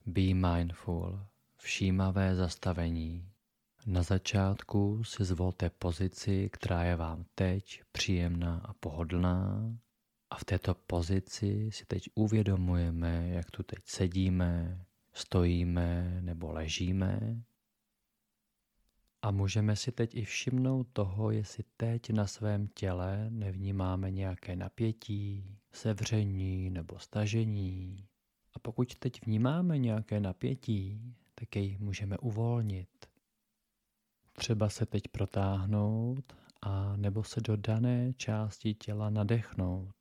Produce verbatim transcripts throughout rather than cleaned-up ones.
Be mindful, všímavé zastavení. Na začátku si zvolte pozici, která je vám teď příjemná a pohodlná. A v této pozici si teď uvědomujeme, jak tu teď sedíme, stojíme nebo ležíme. A můžeme si teď i všimnout toho, jestli teď na svém těle nevnímáme nějaké napětí, sevření nebo stažení. A pokud teď vnímáme nějaké napětí, tak jej můžeme uvolnit. Třeba se teď protáhnout a nebo se do dané části těla nadechnout.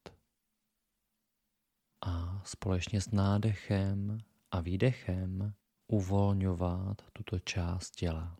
A společně s nádechem a výdechem uvolňovat tuto část těla.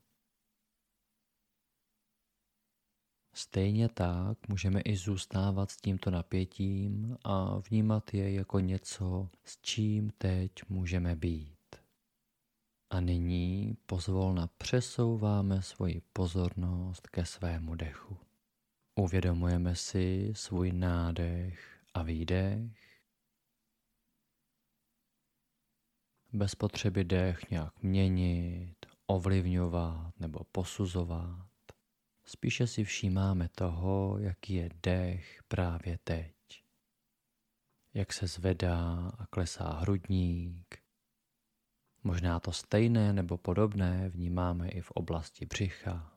Stejně tak můžeme i zůstávat s tímto napětím a vnímat je jako něco, s čím teď můžeme být. A nyní pozvolna přesouváme svoji pozornost ke svému dechu. Uvědomujeme si svůj nádech a výdech. Bez potřeby dech nějak měnit, ovlivňovat nebo posuzovat. Spíše si všímáme toho, jaký je dech právě teď. Jak se zvedá a klesá hrudník. Možná to stejné nebo podobné vnímáme i v oblasti břicha.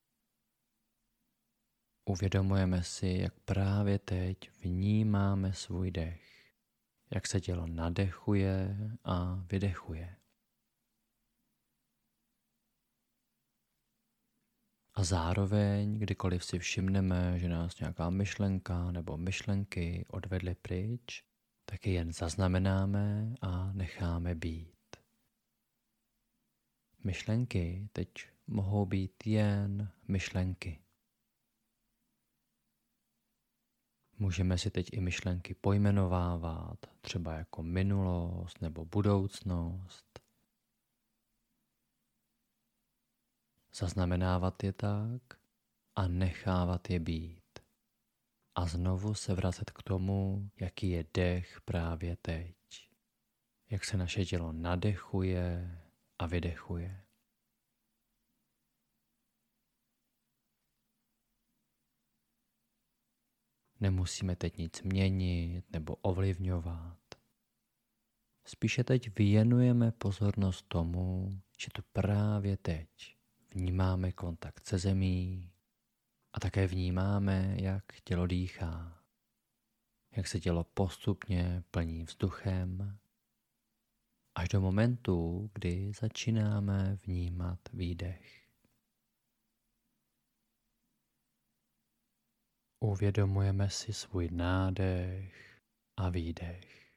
Uvědomujeme si, jak právě teď vnímáme svůj dech. Jak se tělo nadechuje a vydechuje. A zároveň, kdykoliv si všimneme, že nás nějaká myšlenka nebo myšlenky odvedly pryč, tak je jen zaznamenáme a necháme být. Myšlenky teď mohou být jen myšlenky. Můžeme si teď i myšlenky pojmenovávat, třeba jako minulost nebo budoucnost. Zaznamenávat je tak a nechávat je být. A znovu se vracet k tomu, jaký je dech právě teď. Jak se naše tělo nadechuje a vydechuje. Nemusíme teď nic měnit nebo ovlivňovat. Spíše teď věnujeme pozornost tomu, že to právě teď vnímáme kontakt se zemí a také vnímáme, jak tělo dýchá, jak se tělo postupně plní vzduchem, až do momentu, kdy začínáme vnímat výdech. Uvědomujeme si svůj nádech a výdech.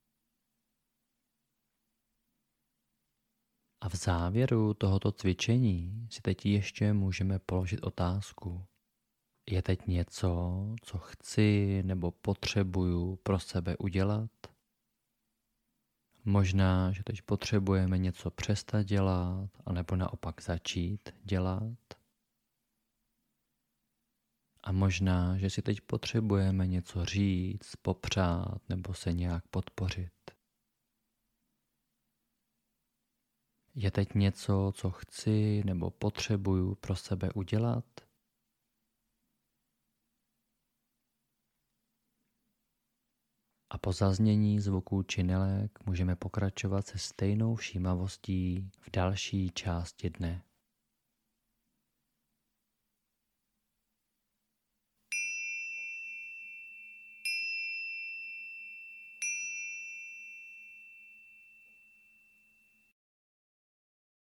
A v závěru tohoto cvičení si teď ještě můžeme položit otázku. Je teď něco, co chci nebo potřebuju pro sebe udělat? Možná, že teď potřebujeme něco přestat dělat, anebo naopak začít dělat. A možná, že si teď potřebujeme něco říct, popřát nebo se nějak podpořit. Je teď něco, co chci nebo potřebuju pro sebe udělat? A po zaznění zvuků činelek můžeme pokračovat se stejnou všímavostí v další části dne.